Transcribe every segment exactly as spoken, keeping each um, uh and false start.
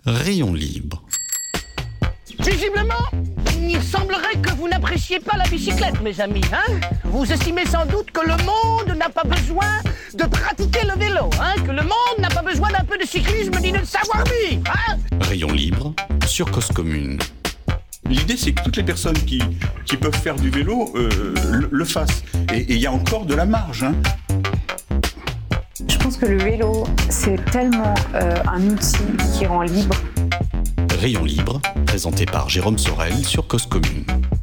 Rayon libre. Visiblement, il semblerait que vous n'appréciez pas la bicyclette, mes amis. Hein, vous estimez sans doute que le monde n'a pas besoin de pratiquer le vélo, hein, que le monde n'a pas besoin d'un peu de cyclisme ni de savoir-vivre. Hein. Rayon libre sur Cause Commune. L'idée, c'est que toutes les personnes qui, qui peuvent faire du vélo euh, le, le fassent. Et il y a encore de la marge. Hein. Je pense que le vélo, c'est tellement euh, un outil qui rend libre. Rayon libre, présenté par Jérôme Sorel sur Cause Commune.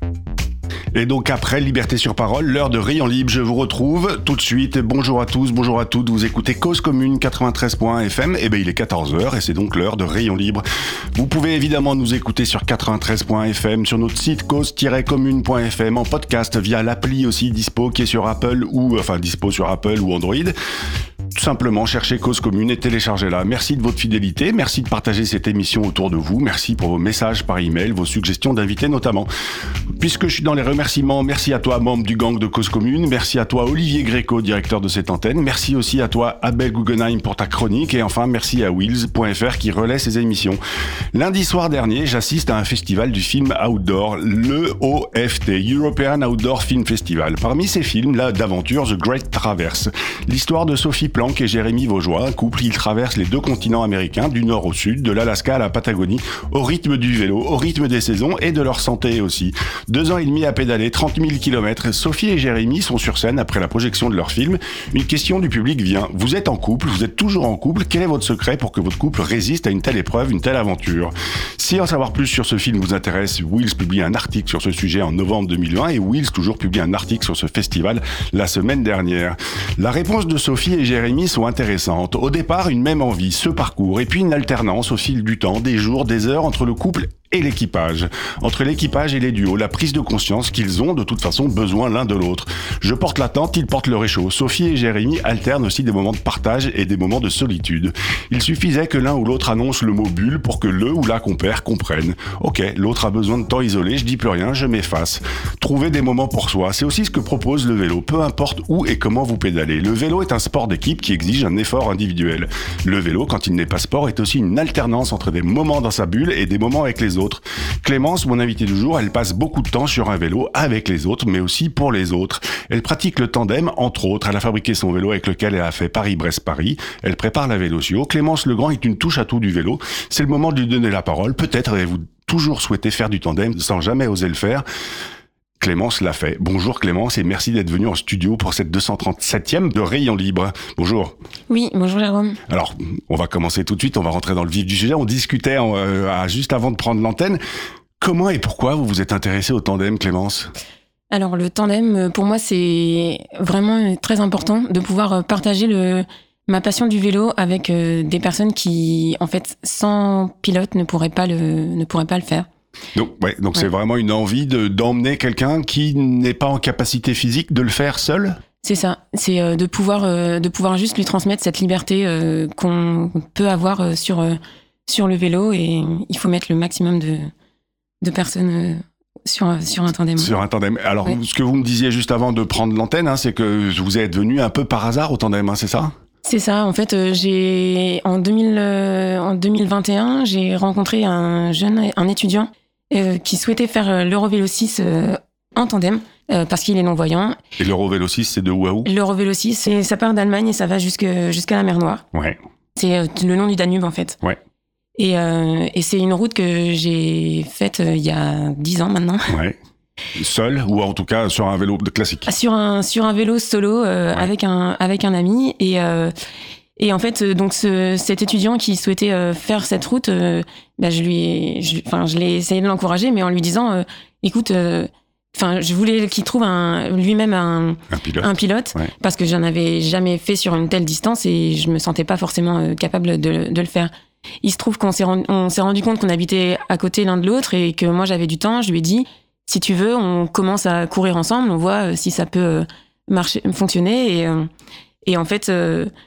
Et donc après Liberté sur Parole, l'heure de Rayon Libre, je vous retrouve tout de suite. Bonjour à tous, bonjour à toutes, vous écoutez Cause Commune quatre-vingt-treize point F M, et bien il est quatorze heures et c'est donc l'heure de Rayon Libre. Vous pouvez évidemment nous écouter sur quatre-vingt-treize point F M, sur notre site cause tiret commune point F M, en podcast via l'appli aussi dispo qui est sur Apple ou, enfin dispo sur Apple ou Android. Tout simplement, cherchez Cause Commune et téléchargez-la. Merci de votre fidélité, merci de partager cette émission autour de vous, merci pour vos messages par email, vos suggestions d'invités notamment. Puisque je suis dans les remerciements, merci à toi, membre du gang de Cause Commune, merci à toi, Olivier Gréco, directeur de cette antenne, merci aussi à toi, Abel Guggenheim, pour ta chronique, et enfin, merci à Wheels point F R qui relaie ces émissions. Lundi soir dernier, j'assiste à un festival du film outdoor, l'E O F T, European Outdoor Film Festival. Parmi ces films, là, d'aventure, The Great Traverse, l'histoire de Sophie Planck et Jérémy Vaugeois, un couple, ils traversent les deux continents américains, du nord au sud, de l'Alaska à la Patagonie, au rythme du vélo, au rythme des saisons et de leur santé aussi. Deux ans et demi à pédaler, trente mille kilomètres, Sophie et Jérémy sont sur scène après la projection de leur film. Une question du public vient. Vous êtes en couple, vous êtes toujours en couple, quel est votre secret pour que votre couple résiste à une telle épreuve, une telle aventure? Si en savoir plus sur ce film vous intéresse, Wheels publie un article sur ce sujet en novembre deux mille vingt et Wheels toujours publie un article sur ce festival la semaine dernière. La réponse de Sophie et Jérémy sont intéressantes. Au départ, une même envie, ce parcours, et puis une alternance au fil du temps, des jours, des heures entre le couple et l'équipage. Entre l'équipage et les duos, la prise de conscience qu'ils ont de toute façon besoin l'un de l'autre. Je porte la tente, ils portent le réchaud. Sophie et Jérémy alternent aussi des moments de partage et des moments de solitude. Il suffisait que l'un ou l'autre annonce le mot bulle pour que le ou la compère comprenne. Ok, l'autre a besoin de temps isolé, je dis plus rien, je m'efface. Trouver des moments pour soi, c'est aussi ce que propose le vélo, peu importe où et comment vous pédalez. Le vélo est un sport d'équipe qui exige un effort individuel. Le vélo, quand il n'est pas sport, est aussi une alternance entre des moments dans sa bulle et des moments avec les autres. Clémence, mon invitée du jour, elle passe beaucoup de temps sur un vélo avec les autres, mais aussi pour les autres. Elle pratique le tandem, entre autres. Elle a fabriqué son vélo avec lequel elle a fait Paris-Brest-Paris. Elle prépare la Vélocio. Clémence Legrand est une touche à tout du vélo. C'est le moment de lui donner la parole. Peut-être avez-vous toujours souhaité faire du tandem sans jamais oser le faire. Clémence l'a fait. Bonjour Clémence et merci d'être venue en studio pour cette deux cent trente-septième de Rayon Libre. Bonjour. Oui, bonjour Jérôme. Alors, on va commencer tout de suite, on va rentrer dans le vif du sujet. On discutait euh, à, juste avant de prendre l'antenne. Comment et pourquoi vous vous êtes intéressée au tandem, Clémence ? Alors le tandem, pour moi, c'est vraiment très important de pouvoir partager le, ma passion du vélo avec euh, des personnes qui, en fait, sans pilote, ne pourraient pas le, ne pourraient pas le faire. Donc, ouais, donc ouais. C'est vraiment une envie de, d'emmener quelqu'un qui n'est pas en capacité physique de le faire seul ? C'est ça, c'est euh, de pouvoir euh, de pouvoir juste lui transmettre cette liberté euh, qu'on peut avoir euh, sur euh, sur le vélo, et il faut mettre le maximum de de personnes euh, sur sur un tandem. Sur un tandem. Alors, ouais. Ce que vous me disiez juste avant de prendre l'antenne, hein, c'est que vous êtes venu un peu par hasard au tandem, hein, c'est ça ? C'est ça. En fait, euh, j'ai en deux mille euh, en deux mille vingt et un, j'ai rencontré un jeune un étudiant euh, qui souhaitait faire l'Eurovélo six euh, en tandem. Euh, parce qu'il est non-voyant. Et l'Eurovélo six, c'est de où à où ? L'Eurovélo six, c'est, ça part d'Allemagne et ça va jusque, jusqu'à la mer Noire. Ouais. C'est euh, le long du Danube, en fait. Ouais. Et, euh, et c'est une route que j'ai faite euh, il y a dix ans maintenant. Ouais. Seul, ou en tout cas sur un vélo classique ? Sur un, sur un vélo solo, euh, ouais. avec, un, avec un ami. Et, euh, et en fait, donc ce, cet étudiant qui souhaitait euh, faire cette route, euh, bah, je, lui ai, je, je l'ai essayé de l'encourager, mais en lui disant, euh, écoute... Euh, Enfin, je voulais qu'il trouve un, lui-même un, un pilote, un pilote ouais. Parce que j'en avais jamais fait sur une telle distance et je me sentais pas forcément capable de, de le faire. Il se trouve qu'on s'est rendu, on s'est rendu compte qu'on habitait à côté l'un de l'autre et que moi j'avais du temps. Je lui ai dit, si tu veux, on commence à courir ensemble, on voit si ça peut marcher, fonctionner. Et, et en fait,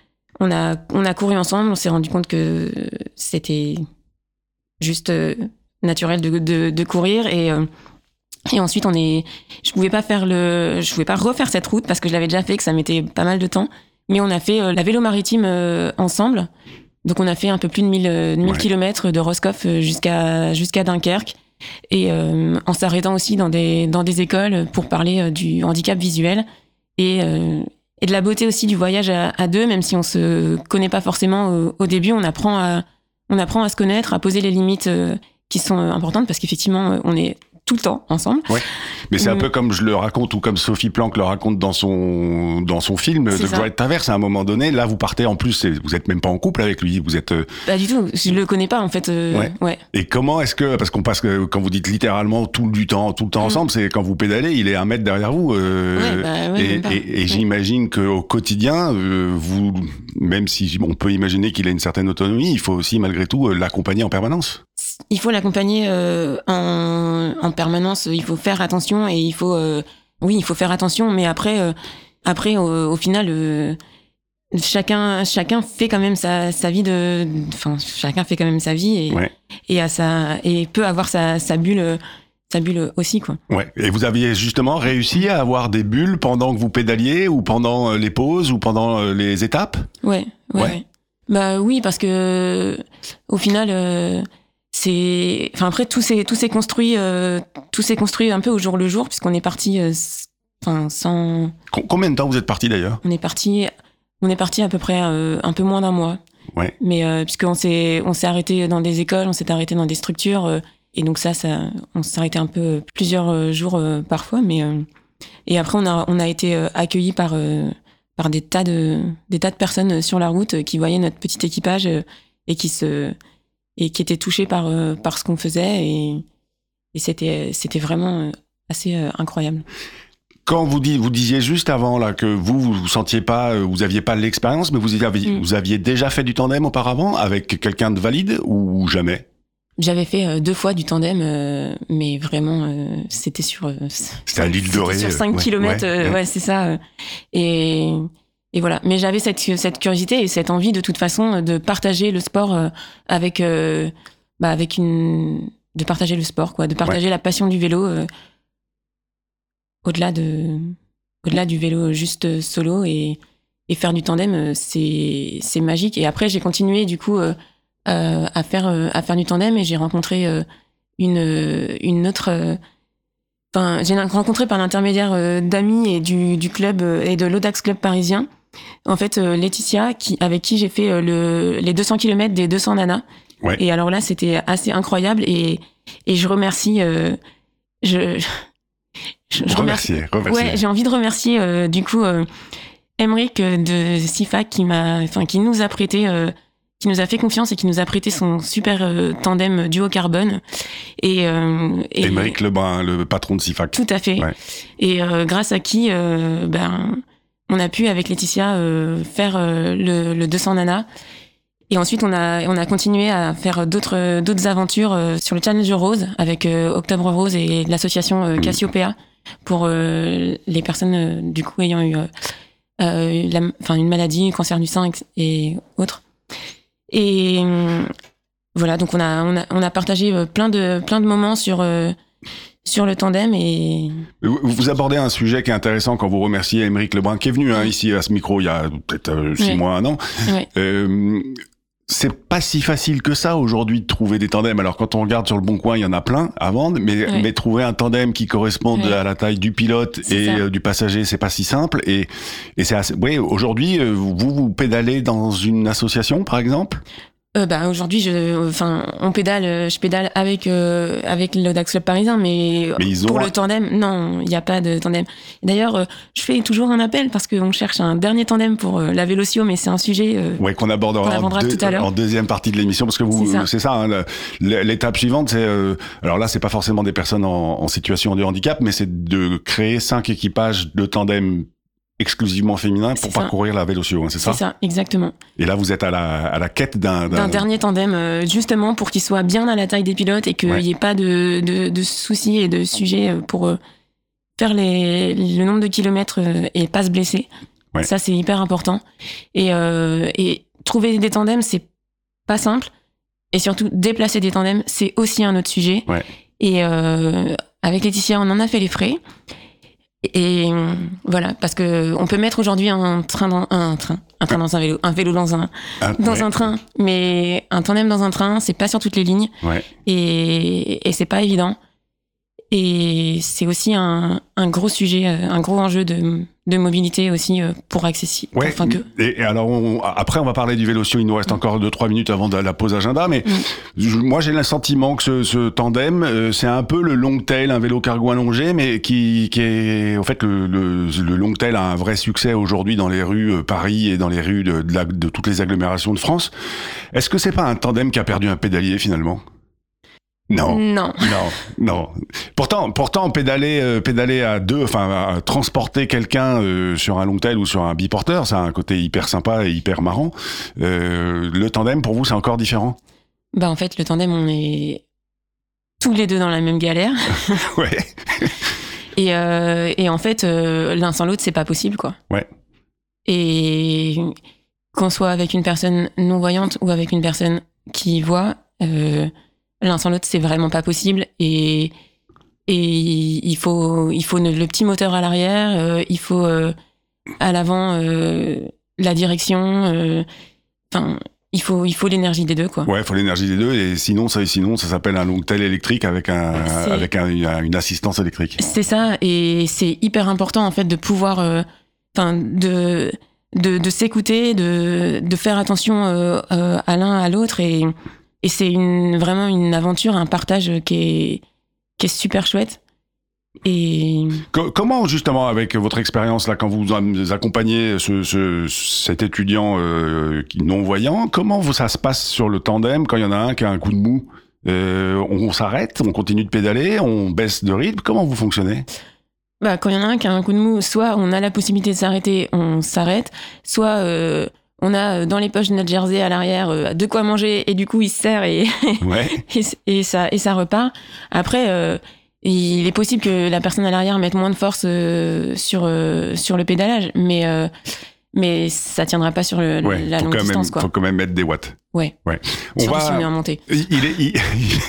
on a, on a couru ensemble, on s'est rendu compte que c'était juste naturel de, de, de courir et Et ensuite, on est, je pouvais pas faire le, je pouvais pas refaire cette route parce que je l'avais déjà fait, que ça mettait pas mal de temps. Mais on a fait euh, la vélo maritime euh, ensemble. donc on a fait un peu plus de mille, euh, mille Ouais. kilomètres de Roscoff jusqu'à, jusqu'à Dunkerque. Et euh, en s'arrêtant aussi dans des, dans des écoles pour parler euh, du handicap visuel. Et, euh, et de la beauté aussi du voyage à, à deux, même si on se connaît pas forcément au, au début, on apprend à, on apprend à se connaître, à poser les limites euh, qui sont importantes, parce qu'effectivement, on est tout le temps ensemble. Ouais. Mais c'est un Mm. peu comme je le raconte ou comme Sophie Planck le raconte dans son dans son film C'est The ça. Bright Traverse. À un moment donné, là, vous partez en plus, c'est- vous êtes même pas en couple avec lui. Vous êtes. euh, Pas du tout, je le connais pas en fait. euh, Ouais. ouais. Et comment est-ce que parce qu'on passe que quand vous dites littéralement tout du temps, tout le temps Mm. ensemble, c'est quand vous pédalez, il est un mètre derrière vous. euh, Ouais, bah ouais, et même pas. et, et Ouais. j'imagine qu'au quotidien, euh, vous, même si on peut imaginer qu'il a une certaine autonomie, il faut aussi malgré tout euh, l'accompagner en permanence. Il faut l'accompagner euh, en, en permanence. Il faut faire attention et il faut, euh, oui, il faut faire attention. Mais après, euh, après, au, au final, euh, chacun, chacun fait quand même sa, sa vie de, enfin, chacun fait quand même sa vie et, Ouais. et à sa, et peut avoir sa, sa bulle, sa bulle aussi, quoi. Ouais. Et vous aviez justement réussi à avoir des bulles pendant que vous pédaliez ou pendant euh, les pauses ou pendant euh, les étapes. Ouais, ouais, Ouais. ouais. Bah oui, parce que au final, euh, c'est, enfin après tout s'est tout s'est construit, euh, tout s'est construit un peu au jour le jour, puisqu'on est parti, euh, s- enfin sans, Com- combien de temps vous êtes parti d'ailleurs? on est parti, on est parti à peu près euh, un peu moins d'un mois. Ouais. Mais euh, puisqu'on s'est on s'est arrêté dans des écoles, on s'est arrêté dans des structures, euh, et donc ça, ça, on s'est arrêté un peu plusieurs euh, jours euh, parfois, mais euh, et après on a on a été euh, accueillis par euh, par des tas de des tas de personnes sur la route euh, qui voyaient notre petit équipage euh, et qui se et qui étaient touchés par euh, par ce qu'on faisait et et c'était c'était vraiment euh, assez euh, incroyable. Quand vous, dis, vous disiez juste avant là que vous vous, vous sentiez pas, euh, vous aviez pas l'expérience, mais vous aviez, Mm. vous aviez déjà fait du tandem auparavant avec quelqu'un de valide ou jamais? J'avais fait euh, deux fois du tandem, euh, mais vraiment, euh, c'était sur... euh, C'était à l'île c'était Dorée. sur euh, cinq ouais, kilomètres, ouais, euh, ouais. ouais, c'est ça. euh. Et, et voilà. Mais j'avais cette, cette curiosité et cette envie, de toute façon, de partager le sport euh, avec... euh, bah, avec une... De partager le sport, quoi. De partager la passion du vélo euh, au-delà de... Au-delà du vélo juste solo et, et faire du tandem, euh, c'est, c'est magique. Et après, j'ai continué, du coup... Euh, Euh, à faire euh, à faire du tandem et j'ai rencontré euh, une une autre enfin euh, j'ai rencontré par l'intermédiaire euh, d'amis et du du club euh, et de l'Audax Club parisien en fait euh, Laetitia qui avec qui j'ai fait euh, le les deux cents kilomètres des deux cents nanas. Ouais. Et alors là c'était assez incroyable et et je remercie euh, je je, je Remercier, remercier. Ouais, j'ai envie de remercier euh, du coup euh, Emeric euh, de Sifac qui m'a enfin qui nous a prêté euh, qui nous a fait confiance et qui nous a prêté son super euh, tandem duo carbone. Et, euh, et Émeric Lebrun, le patron de Sifac. tout à fait. Ouais. Et euh, grâce à qui, euh, ben, on a pu avec Laetitia euh, faire euh, le, le deux cents Nana. Et ensuite, on a on a continué à faire d'autres d'autres aventures euh, sur le Challenge Rose avec euh, Octobre Rose et l'association euh, Cassiopeia pour euh, les personnes euh, du coup ayant eu euh, euh, la, enfin une maladie, cancer du sein et autres. Et euh, voilà, donc on a, on a, on a partagé euh, plein de, plein de moments sur, euh, sur le tandem et... Vous, vous abordez un sujet qui est intéressant quand vous remerciez Émeric Lebrun, qui est venu hein, ici à ce micro il y a peut-être euh, six Ouais. mois, un an. Ouais. Euh, c'est pas si facile que ça aujourd'hui de trouver des tandems. Alors quand on regarde sur le Bon Coin, il y en a plein à vendre, mais, Ouais. mais trouver un tandem qui corresponde Ouais. à la taille du pilote C'est et ça. euh, du passager, c'est pas si simple. Et, et c'est assez... Oui, aujourd'hui, euh, vous vous pédalez dans une association, par exemple? Euh, bah, aujourd'hui, je, enfin, on pédale, euh, je pédale avec, euh, avec l'Audax Club parisien, mais, Mais ils ont pour un- le tandem, non, il n'y a pas de tandem. D'ailleurs, euh, je fais toujours un appel parce qu'on cherche un dernier tandem pour euh, la Vélocio, mais c'est un sujet. Euh, Ouais, qu'on abordera qu'on en, abordera deux- tout à l'heure. en deuxième partie de l'émission, parce que vous, C'est ça. c'est ça, hein, le- l'étape suivante, c'est, euh, alors là, c'est pas forcément des personnes en, en situation de handicap, mais c'est de créer cinq équipages de tandem exclusivement féminins pour C'est ça. parcourir la Vélocio, hein, c'est ça? c'est ça, exactement. Et là, vous êtes à la, à la quête d'un, D'un dernier tandem, euh, justement pour qu'il soit bien à la taille des pilotes et qu'il Ouais. n'y ait pas de, de, de soucis et de sujets euh, pour euh, faire les, le nombre de kilomètres euh, et pas se blesser. Ouais. Ça, c'est hyper important. Et, euh, et trouver des tandems, c'est pas simple. Et surtout, déplacer des tandems, c'est aussi un autre sujet. Ouais. Et euh, avec Laetitia, on en a fait les frais. Et euh, voilà, parce que on peut mettre aujourd'hui un train, dans, un train, un train dans un vélo, un vélo dans un Ah, dans ouais. un train, mais un tandem dans un train, c'est pas sur toutes les lignes Ouais. et, et c'est pas évident. Et c'est aussi un, un gros sujet, euh, un gros enjeu de, de mobilité aussi euh, pour accessible. Ouais. Enfin que. Et, et alors, on- après, on va parler du Vélotio. Il nous reste encore deux trois minutes avant de la pause agenda. Mais Mm. je- moi, j'ai le sentiment que ce, ce tandem, euh, c'est un peu le long tail, un vélo cargo allongé, mais qui, qui est, en fait, le, le, le long tail a un vrai succès aujourd'hui dans les rues euh, Paris et dans les rues de, de, la- de toutes les agglomérations de France. Est-ce que c'est pas un tandem qui a perdu un pédalier finalement? Non. Non. Non, non. Pourtant, pourtant, pédaler, euh, pédaler à deux, enfin, à transporter quelqu'un euh, sur un long tail ou sur un biporteur, ça a un côté hyper sympa et hyper marrant. Euh, le tandem, pour vous, c'est encore différent? Bah en fait, le tandem, on est tous les deux dans la même galère. Ouais. Et, euh, et en fait, euh, l'un sans l'autre, c'est pas possible, quoi. Ouais. Et qu'on soit avec une personne non-voyante ou avec une personne qui voit, euh, l'un sans l'autre, c'est vraiment pas possible. Et, et il faut, il faut le petit moteur à l'arrière, euh, il faut euh, à l'avant euh, la direction. euh, Enfin, il faut, il faut l'énergie des deux, quoi. Ouais, il faut l'énergie des deux, et sinon, ça, sinon, ça s'appelle un long tail électrique avec un, C'est- avec un, une assistance électrique. C'est ça, et c'est hyper important en fait de pouvoir, euh, enfin, de, de, de s'écouter, de, de faire attention euh, euh, à l'un à l'autre, et, et c'est une, vraiment une aventure, un partage qui est, qui est super chouette. Et Co- Comment, justement, avec votre expérience, là, quand vous am- accompagnez ce, ce, cet étudiant euh, qui- non-voyant, comment vous, ça se passe sur le tandem quand il y en a un qui a un coup de mou? Euh, on, on s'arrête, on continue de pédaler, on baisse de rythme? Comment vous fonctionnez? bah, quand il y en a un qui a un coup de mou, soit on a la possibilité de s'arrêter, on s'arrête, soit euh, on a euh, dans les poches de notre jersey à l'arrière euh, de quoi manger, et du coup il se serre et, Ouais. et, et, ça, et ça repart. Après, euh, il est possible que la personne à l'arrière mette moins de force euh, sur, euh, sur le pédalage, mais, euh, mais ça tiendra pas sur le, Ouais, la faut longue quand même, distance, quoi. faut quand même mettre des watts. Ouais. Ouais. On Surtout va. si on est en montée. Il est, il,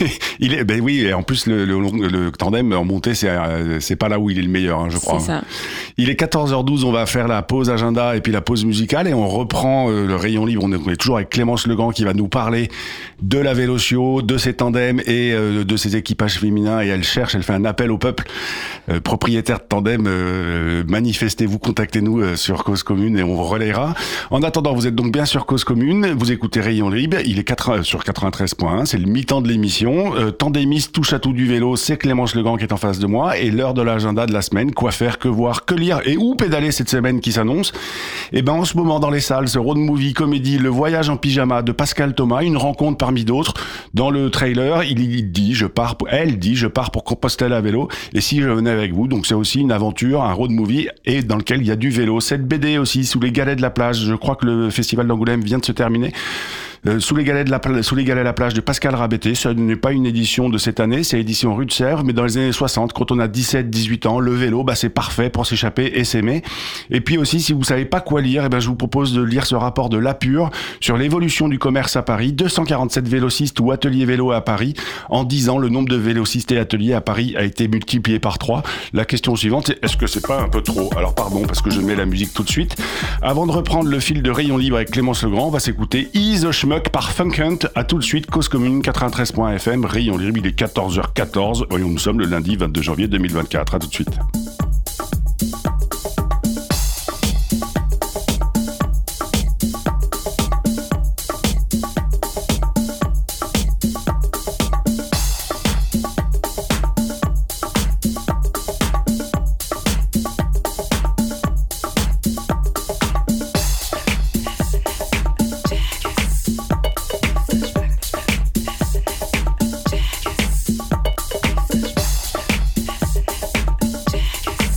il est, ben oui, et en plus le, le, le tandem en montée, c'est, euh, c'est pas là où il est le meilleur, hein, je crois. C'est ça. Il est quatorze heures douze, on va faire la pause agenda et puis la pause musicale, et on reprend euh, le rayon libre. On est, on est toujours avec Clémence Legrand qui va nous parler de la Vélotio, de ses tandems et euh, de ses équipages féminins, et elle cherche, elle fait un appel au peuple, euh, propriétaire de tandem, euh, manifestez-vous, contactez-nous euh, sur Cause Commune et on vous relayera. En attendant, vous êtes donc bien sur Cause Commune, vous écoutez Rayon Libre, il est quatre, sur quatre-vingt-treize point un, c'est le mi-temps de l'émission. Euh, tandemiste touche à tout du vélo, c'est Clémence Legrand qui est en face de moi, et l'heure de l'agenda de la semaine, quoi faire, que voir, que lire et où pédaler cette semaine qui s'annonce. Et ben en ce moment dans les salles, ce road movie comédie Le Voyage en pyjama de Pascal Thomas, une rencontre parmi d'autres. Dans le trailer, il, il dit je pars, pour, elle dit je pars pour Compostelle à vélo, et si je venais avec vous. Donc c'est aussi une aventure, un road movie, et dans lequel il y a du vélo. Cette B D aussi, Sous les galets de la plage, je crois que le festival d'Angoulême vient de se terminer. Euh, sous les galets de la pla- sous les galets de la plage de Pascal Rabetté, ce n'est pas une édition de cette année, c'est l'édition Rue de Sèvres, mais dans les années soixante, quand on a dix-sept dix-huit ans, le vélo, bah c'est parfait pour s'échapper et s'aimer. Et puis aussi, si vous savez pas quoi lire, eh ben je vous propose de lire ce rapport de l'Apur sur l'évolution du commerce à Paris. deux cent quarante-sept vélocistes ou ateliers vélo à Paris. En dix ans, le nombre de vélocistes et ateliers à Paris a été multiplié par trois. La question suivante, c'est est-ce que c'est pas un peu trop? Alors pardon, parce que je mets la musique tout de suite. Avant de reprendre le fil de Rayon Libre avec Clémence Legrand, on va s'écouter Ease the Schmuck par Funk Hunt. À tout de suite, Cause Commune quatre-vingt-treize point F M, Rayon Libre, il est quatorze heures quatorze. Voyons, nous sommes le lundi vingt-deux janvier deux mille vingt-quatre. À tout de suite. Jackets.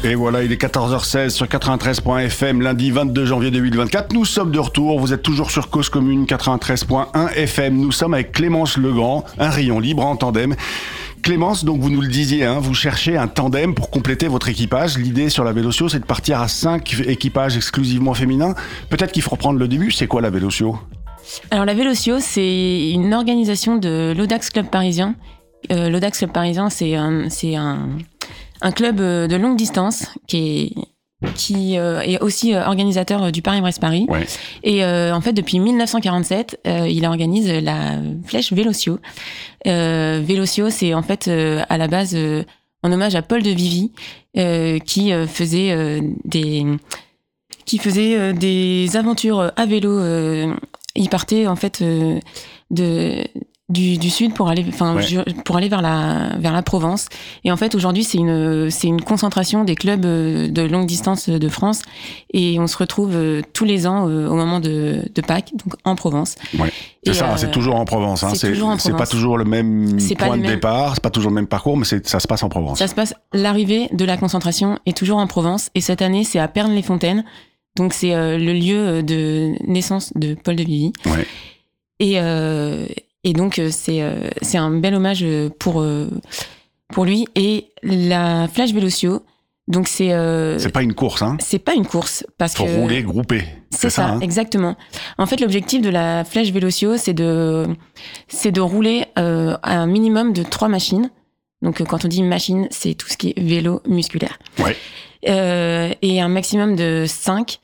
Et voilà, il est quatorze heures seize sur quatre-vingt-treize point F M, lundi vingt-deux janvier deux mille vingt-quatre. Nous sommes de retour, vous êtes toujours sur Cause Commune quatre-vingt-treize point un F M. Nous sommes avec Clémence Legrand, un rayon libre en tandem. Clémence, donc vous nous le disiez, hein, vous cherchez un tandem pour compléter votre équipage. L'idée sur la Vélocio, c'est de partir à cinq équipages exclusivement féminins. Peut-être qu'il faut reprendre le début, c'est quoi la Vélocio ? Alors la Vélocio, c'est une organisation de l'Audax Club parisien. Euh, L'Audax Club parisien, c'est un... C'est un Un club de longue distance qui est, qui, euh, est aussi organisateur du Paris-Brest-Paris. Ouais. Et euh, en fait, depuis dix-neuf cent quarante-sept, euh, il organise la Flèche Vélocio. Euh, Vélocio, c'est en fait euh, à la base euh, en hommage à Paul de Vivie, euh, qui euh, faisait euh, des qui faisait euh, des aventures à vélo. Euh, il partait en fait euh, de Du, du sud pour aller, enfin, ouais. pour aller vers la, vers la Provence. Et en fait, aujourd'hui, c'est une, c'est une concentration des clubs de longue distance de France. Et on se retrouve tous les ans au moment de, de Pâques, donc en Provence. Ouais. C'est et ça, euh, c'est toujours en Provence. Hein. C'est, c'est, c'est pas toujours le même c'est point le de même... départ, c'est pas toujours le même parcours, mais c'est, ça se passe en Provence. Ça se passe, l'arrivée de la concentration est toujours en Provence. Et cette année, c'est à Pernes-les-Fontaines. Donc, c'est euh, le lieu de naissance de Paul de Vivie. Ouais. Et, euh, Et donc, c'est, c'est un bel hommage pour, pour lui. Et la Flèche Vélocio, donc c'est... Euh, c'est pas une course, hein ? C'est pas une course. Parce Faut que rouler groupé. C'est, c'est ça, ça hein exactement. En fait, l'objectif de la Flèche Vélocio, c'est de, c'est de rouler euh, à un minimum de trois machines. Donc, quand on dit machine, c'est tout ce qui est vélo musculaire. Ouais. Euh, et un maximum de cinq.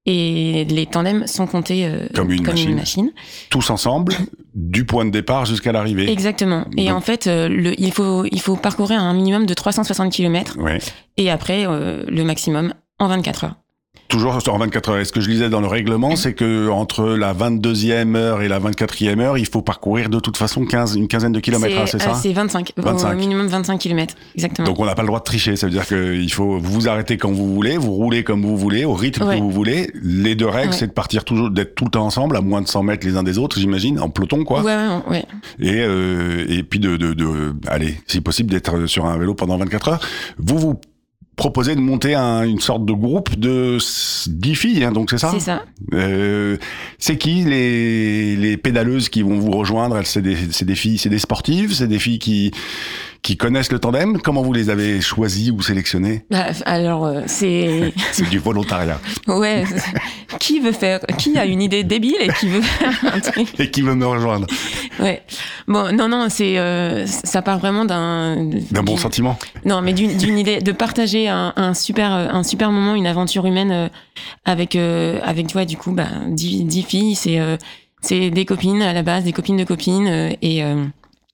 Et les tandems sont comptés euh, comme, une, comme machine. une machine. Tous ensemble, du point de départ jusqu'à l'arrivée. Exactement. Et donc, en fait, euh, le, il, faut, il faut parcourir un minimum de trois cent soixante kilomètres. Ouais. Et après, euh, le maximum en vingt-quatre heures. Toujours en vingt-quatre heures. Et ce que je lisais dans le règlement, c'est que entre la vingt-deuxième heure et la vingt-quatrième heure, il faut parcourir de toute façon quinze, une quinzaine de kilomètres, c'est, hein, c'est euh, ça C'est vingt-cinq, vingt-cinq. Au minimum vingt-cinq kilomètres, exactement. Donc on n'a pas le droit de tricher, ça veut dire qu'il faut vous vous arrêter quand vous voulez, vous roulez comme vous voulez, au rythme ouais. que vous voulez. Les deux règles, ouais. c'est de partir toujours, d'être tout le temps ensemble, à moins de cent mètres les uns des autres, j'imagine, en peloton, quoi. Ouais, ouais, ouais. Et, euh, et puis de, de, de, allez, si possible, d'être sur un vélo pendant vingt-quatre heures. Vous, vous proposez de monter un, une sorte de groupe de dix filles, hein, donc c'est ça ? C'est ça. Euh, c'est qui les, les pédaleuses qui vont vous rejoindre ? C'est des, c'est des filles, c'est des sportives, c'est des filles qui, qui connaissent le tandem ? Comment vous les avez choisies ou sélectionnées ? Bah, alors, euh, c'est... c'est du volontariat. Ouais. Qui veut faire... Qui a une idée débile et qui veut faire un truc ? Et qui veut me rejoindre ? Ouais. Bon, non, non, c'est... Euh, ça part vraiment d'un... D'un bon sentiment ? Non, mais d'une, d'une idée de partager un, un, super, un super moment, une aventure humaine euh, avec, euh, avec, ouais, du coup, bah, dix, dix filles. C'est, euh, c'est des copines à la base, des copines de copines. Euh, et... Euh,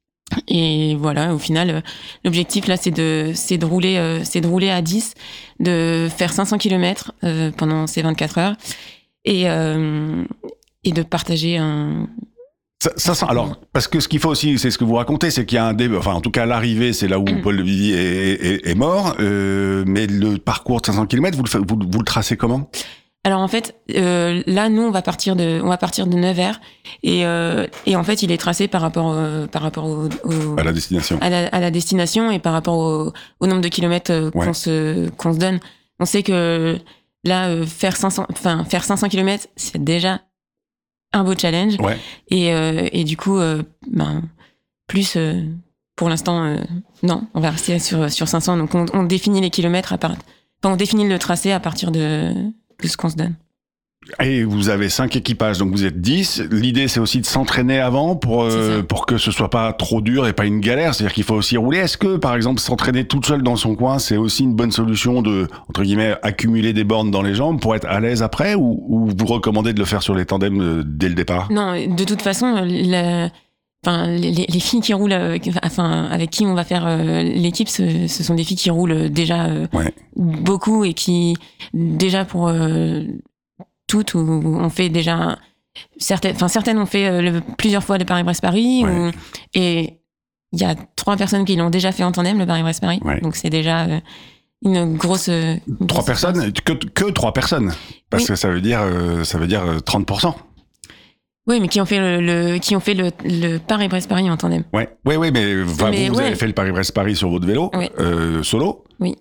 Et voilà, au final, euh, l'objectif là, c'est de, c'est de rouler, euh, c'est de rouler à dix, de faire cinq cents kilomètres euh, pendant ces vingt-quatre heures et euh, et de partager un. Ça, ça, ça, alors, parce que ce qu'il faut aussi, c'est ce que vous racontez, c'est qu'il y a un débat, enfin, en tout cas, l'arrivée, c'est là où mmh. Paul de Vivie est, est, est mort, euh, mais le parcours de cinq cents kilomètres, vous le, vous, vous le tracez comment ? Alors en fait, euh, là nous on va partir de, on va partir de Nevers et euh, et en fait il est tracé par rapport euh, par rapport au, au à la destination, à la, à la destination et par rapport au, au nombre de kilomètres euh, ouais. qu'on se qu'on se donne. On sait que là euh, faire cinq cents, enfin faire cinq cents kilomètres, c'est déjà un beau challenge. Ouais. Et euh, et du coup, euh, ben plus euh, pour l'instant euh, non, on va rester sur sur cinq cents. Donc on, on définit les kilomètres à part, enfin, on définit le tracé à partir de de ce qu'on se donne. Et vous avez cinq équipages, donc vous êtes dix. L'idée, c'est aussi de s'entraîner avant pour euh, pour que ce soit pas trop dur et pas une galère. C'est-à-dire qu'il faut aussi rouler. Est-ce que, par exemple, s'entraîner toute seule dans son coin, c'est aussi une bonne solution de, entre guillemets, accumuler des bornes dans les jambes pour être à l'aise après, ou, ou vous recommandez de le faire sur les tandems dès le départ ? Non, de toute façon, la... Enfin, les, les filles qui roulent, euh, enfin, avec qui on va faire euh, l'équipe, ce, ce sont des filles qui roulent déjà euh, ouais. beaucoup et qui, déjà pour euh, toutes, on fait déjà certaines, enfin certaines ont fait euh, le, plusieurs fois le Paris-Brest-Paris, ouais. où, et il y a trois personnes qui l'ont déjà fait en tandem le Paris-Brest-Paris, ouais. donc c'est déjà euh, une grosse. Une trois grosse personnes, que, que trois personnes, parce oui. que ça veut dire, euh, ça veut dire trente pour cent. Oui, mais qui ont fait le, le qui ont fait le, le Paris-Brest-Paris en tandem. Ouais, oui, oui, mais, va, mais vous, vous ouais. avez fait le Paris-Brest-Paris sur votre vélo, ouais. euh, solo. Oui. Ouais.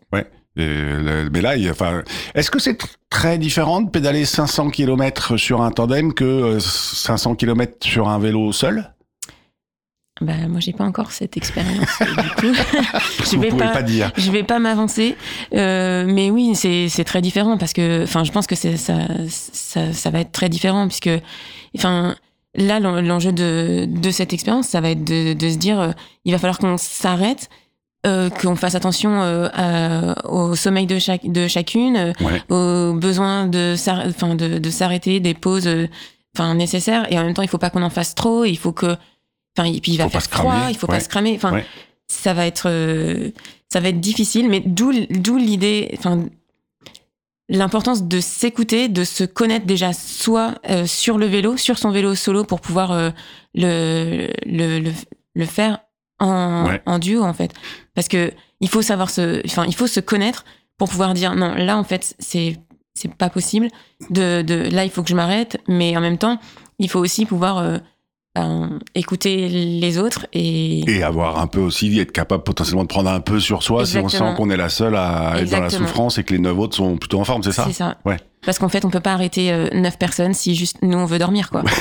Et, mais là, il, enfin, est-ce que c'est tr- très différent de pédaler cinq cents kilomètres sur un tandem que cinq cents kilomètres sur un vélo seul? Bah, moi, j'ai pas encore cette expérience. Du coup, je Vous vais pouvez pas, pas dire. je vais pas m'avancer. Euh, mais oui, c'est, c'est très différent parce que, enfin, je pense que c'est, ça, ça, ça va être très différent puisque, enfin, là, l'enjeu de, de cette expérience, ça va être de, de se dire, euh, il va falloir qu'on s'arrête. Euh, qu'on fasse attention euh, à, au sommeil de, chaque, de chacune, euh, Ouais. aux besoins de, enfin, de, de s'arrêter, des pauses enfin, nécessaires. Et en même temps, il faut pas qu'on en fasse trop. Il faut que, enfin, et puis il va Faut faire pas se froid, cramer. il faut Ouais. pas se cramer. Enfin, Ouais. ça va être, euh, ça va être difficile. Mais d'où, d'où l'idée, enfin, l'importance de s'écouter, de se connaître déjà, soit euh, sur le vélo, sur son vélo solo, pour pouvoir euh, le, le, le, le faire en, Ouais. en duo en fait, parce que il faut savoir se, enfin il faut se connaître pour pouvoir dire non, là en fait c'est c'est pas possible, de, de là il faut que je m'arrête, mais en même temps il faut aussi pouvoir euh, ben, écouter les autres et Et avoir un peu aussi, être capable potentiellement de prendre un peu sur soi si on Exactement. sent qu'on est la seule à être dans la Exactement. souffrance et que les neuf autres sont plutôt en forme, c'est ça? c'est ça. Ouais. Parce qu'en fait on peut pas arrêter euh, neuf personnes si juste nous on veut dormir quoi.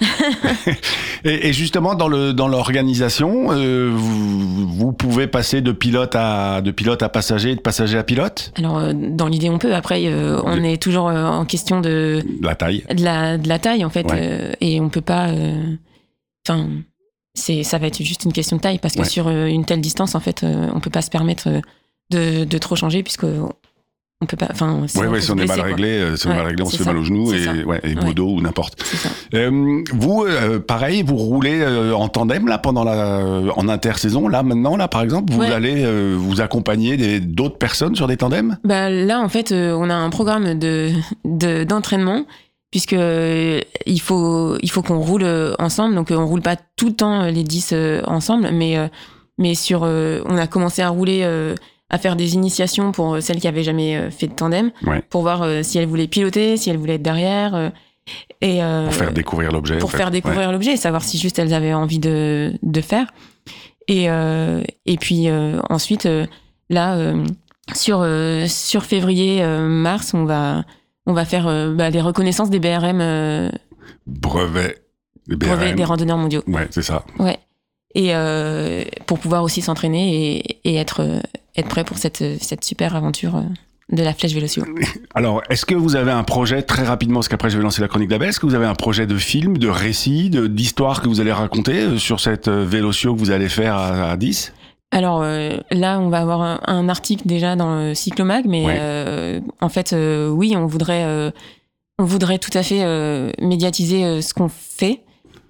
Et, et justement, dans le dans l'organisation, euh, vous, vous pouvez passer de pilote à de pilote à passager, de passager à pilote? Alors euh, dans l'idée on peut. Après euh, on est toujours euh, en question de La taille. de la de la taille en fait, Ouais. euh, et on peut pas. Enfin, c'est ça va être juste une question de taille parce que Ouais. sur euh, une telle distance en fait, euh, on peut pas se permettre euh, de de trop changer puisque on peut pas. Enfin, Oui, ouais, peut si se on est blesser, mal quoi. réglé, euh, si on est Ouais, mal réglé, on se c'est fait ça. mal au genou C'est et, ça. ouais, et Ouais. au dos ou n'importe. C'est ça. Euh, vous, euh, pareil, vous roulez euh, en tandem là pendant la en intersaison. Là maintenant, là par exemple, vous Ouais. allez euh, vous accompagner des- d'autres personnes sur des tandems? Bah là en fait, euh, on a un programme de de d'entraînement puisque euh, il faut il faut qu'on roule euh, ensemble. Donc euh, on roule pas tout le temps euh, les dix euh, ensemble, mais euh, mais sur euh, on a commencé à rouler. Euh, à faire des initiations pour euh, celles qui avaient jamais euh, fait de tandem, Ouais. pour voir euh, si elles voulaient piloter, si elles voulaient être derrière, euh, et euh, Pour faire découvrir l'objet. pour en fait. faire découvrir l'objet, savoir si juste elles avaient envie de de faire. Et euh, et puis euh, ensuite euh, là euh, sur euh, sur février euh, mars, on va on va faire euh, bah, les reconnaissances des B R M, euh, Brevet. Les B R M. brevets des randonneurs mondiaux. Ouais, c'est ça. Ouais. Et euh, pour pouvoir aussi s'entraîner et, et être, euh, être prêt pour cette, cette super aventure euh, de la Flèche Véloccio. Alors, est-ce que vous avez un projet, très rapidement, parce qu'après je vais lancer la chronique d'Abel, est-ce que vous avez un projet de film, de récit, de, d'histoire que vous allez raconter euh, sur cette euh, Véloccio que vous allez faire à, à dix? Alors euh, là, on va avoir un, un article déjà dans le Cyclomag, mais Ouais. euh, en fait, euh, oui, on voudrait, euh, on voudrait tout à fait euh, médiatiser euh, ce qu'on fait.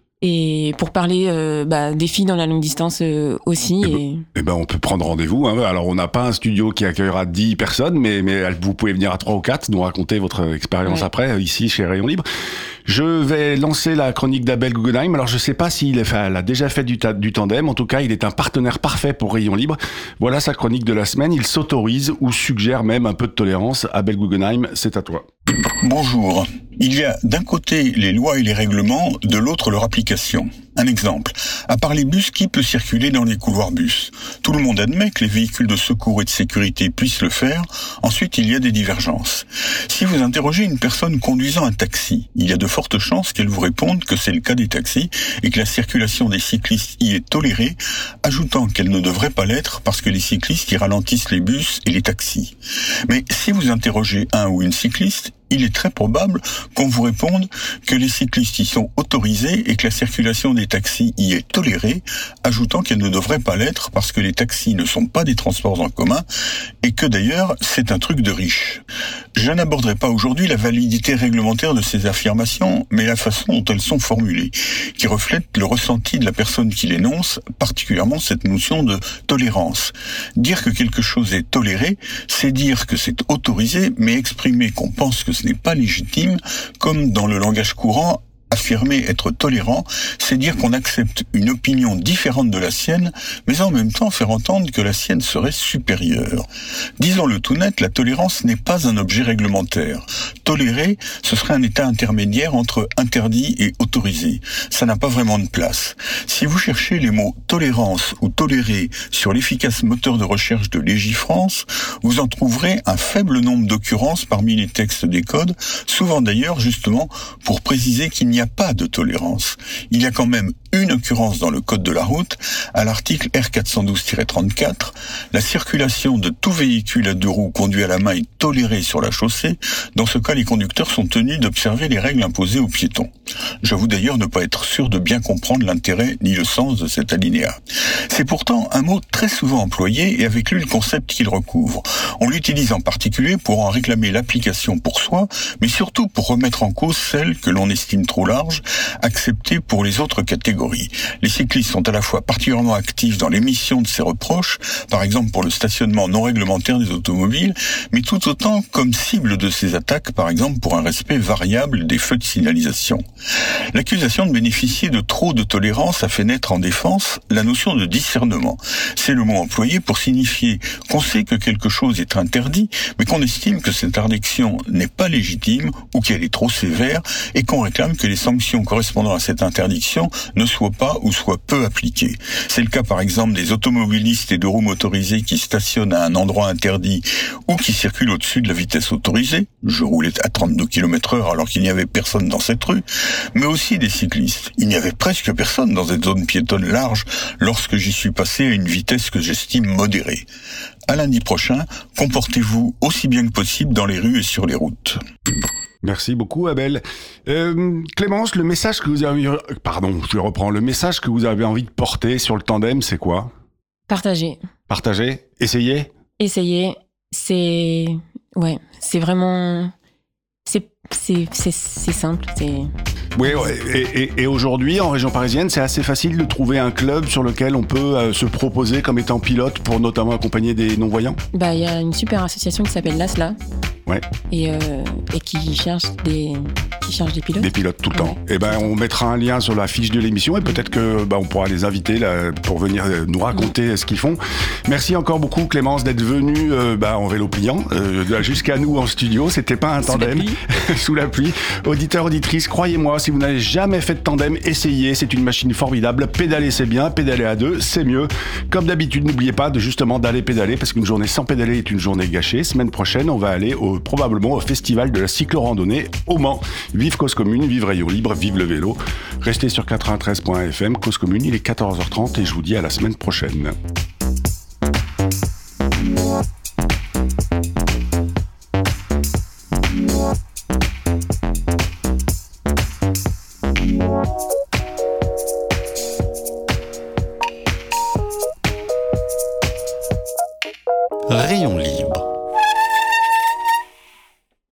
Et pour parler euh, bah, des filles dans la longue distance euh, aussi. Eh ben, Et... Eh ben, on peut prendre rendez-vous. Hein. Alors, on n'a pas un studio qui accueillera dix personnes, mais, mais vous pouvez venir à trois ou quatre, nous raconter votre expérience Ouais. après, ici, chez Rayon Libre. Je vais lancer la chronique d'Abel Guggenheim. Alors, je sais pas s'il est fait, elle a déjà fait du, ta- du tandem. En tout cas, il est un partenaire parfait pour Rayon Libre. Voilà sa chronique de la semaine. Il s'autorise ou suggère même un peu de tolérance. Abel Guggenheim, c'est à toi. Bonjour. Il y a d'un côté les lois et les règlements, de l'autre leur application. Un exemple. À part les bus, qui peut circuler dans les couloirs bus? Tout le monde admet que les véhicules de secours et de sécurité puissent le faire. Ensuite, il y a des divergences. Si vous interrogez une personne conduisant un taxi, il y a de fortes chances qu'elle vous réponde que c'est le cas des taxis et que la circulation des cyclistes y est tolérée, ajoutant qu'elle ne devrait pas l'être parce que les cyclistes y ralentissent les bus et les taxis. Mais si vous interrogez un ou une cycliste, il est très probable qu'on vous réponde que les cyclistes y sont autorisés et que la circulation des taxis y est tolérée, ajoutant qu'elle ne devrait pas l'être parce que les taxis ne sont pas des transports en commun et que d'ailleurs c'est un truc de riche. Je n'aborderai pas aujourd'hui la validité réglementaire de ces affirmations, mais la façon dont elles sont formulées, qui reflète le ressenti de la personne qui l'énonce, particulièrement cette notion de tolérance. Dire que quelque chose est toléré, c'est dire que c'est autorisé, mais exprimer qu'on pense que ce n'est pas légitime, comme dans le langage courant, Affirmer être tolérant, c'est dire qu'on accepte une opinion différente de la sienne, mais en même temps faire entendre que la sienne serait supérieure. Disons-le tout net, la tolérance n'est pas un objet réglementaire. Tolérer, ce serait un état intermédiaire entre interdit et autorisé. Ça n'a pas vraiment de place. Si vous cherchez les mots tolérance ou tolérer sur l'efficace moteur de recherche de Légifrance, vous en trouverez un faible nombre d'occurrences parmi les textes des codes, souvent d'ailleurs justement pour préciser qu'il n'y a pas de tolérance. Il y a quand même une occurrence dans le code de la route, à l'article R quatre cent douze tiret trente-quatre, la circulation de tout véhicule à deux roues conduit à la main est tolérée sur la chaussée. Dans ce cas, les conducteurs sont tenus d'observer les règles imposées aux piétons. J'avoue d'ailleurs ne pas être sûr de bien comprendre l'intérêt ni le sens de cet alinéa. C'est pourtant un mot très souvent employé et avec lui le concept qu'il recouvre. On l'utilise en particulier pour en réclamer l'application pour soi, mais surtout pour remettre en cause celle que l'on estime trop large, acceptée pour les autres catégories. Les cyclistes sont à la fois particulièrement actifs dans l'émission de ces reproches, par exemple pour le stationnement non réglementaire des automobiles, mais tout autant comme cible de ces attaques, par exemple pour un respect variable des feux de signalisation. L'accusation de bénéficier de trop de tolérance a fait naître en défense la notion de discernement. C'est le mot employé pour signifier qu'on sait que quelque chose est interdit, mais qu'on estime que cette interdiction n'est pas légitime ou qu'elle est trop sévère et qu'on réclame que les sanctions correspondant à cette interdiction ne soient pas ou soient peu appliquées. C'est le cas par exemple des automobilistes et de roues motorisées qui stationnent à un endroit interdit ou qui circulent au-dessus de la vitesse autorisée. Je roulais à trente-deux kilomètres heure alors qu'il n'y avait personne dans cette rue, mais aussi des cyclistes. Il n'y avait presque personne dans cette zone piétonne large lorsque j'y suis passé à une vitesse que j'estime modérée. À lundi prochain, comportez-vous aussi bien que possible dans les rues et sur les routes. Merci beaucoup, Abel. Euh, Clémence, le message que vous avez... Pardon, je reprends. Le message que vous avez envie de porter sur le tandem, c'est quoi ? Partager. Partager ? Essayer ? Essayer. C'est... Ouais, c'est vraiment... C'est, c'est, c'est, c'est simple, c'est... Oui, ouais. et, et, et aujourd'hui, en région parisienne, c'est assez facile de trouver un club sur lequel on peut euh, se proposer comme étant pilote pour notamment accompagner des non-voyants. Bah, il y a une super association qui s'appelle l'ASLA. Ouais. Et, euh, et qui cherche des, qui cherche des pilotes. Des pilotes tout le ouais. temps. Et ben, on mettra un lien sur la fiche de l'émission et peut-être que bah, on pourra les inviter là, pour venir nous raconter mmh. ce qu'ils font. Merci encore beaucoup, Clémence, d'être venue euh, bah, en vélo pliant euh, jusqu'à nous en studio. C'était pas un tandem. Sous la pluie. Sous la pluie. Auditeurs, auditrices, croyez-moi, si vous n'avez jamais fait de tandem, essayez. C'est une machine formidable. Pédaler, c'est bien. Pédaler à deux, c'est mieux. Comme d'habitude, n'oubliez pas de justement d'aller pédaler parce qu'une journée sans pédaler est une journée gâchée. Semaine prochaine, on va aller au probablement au festival de la cyclo-randonnée au Mans. Vive Cause Commune, vive Rayon Libre, vive le vélo. Restez sur quatre-vingt-treize point f m. Cause Commune, il est quatorze heures trente et je vous dis à la semaine prochaine.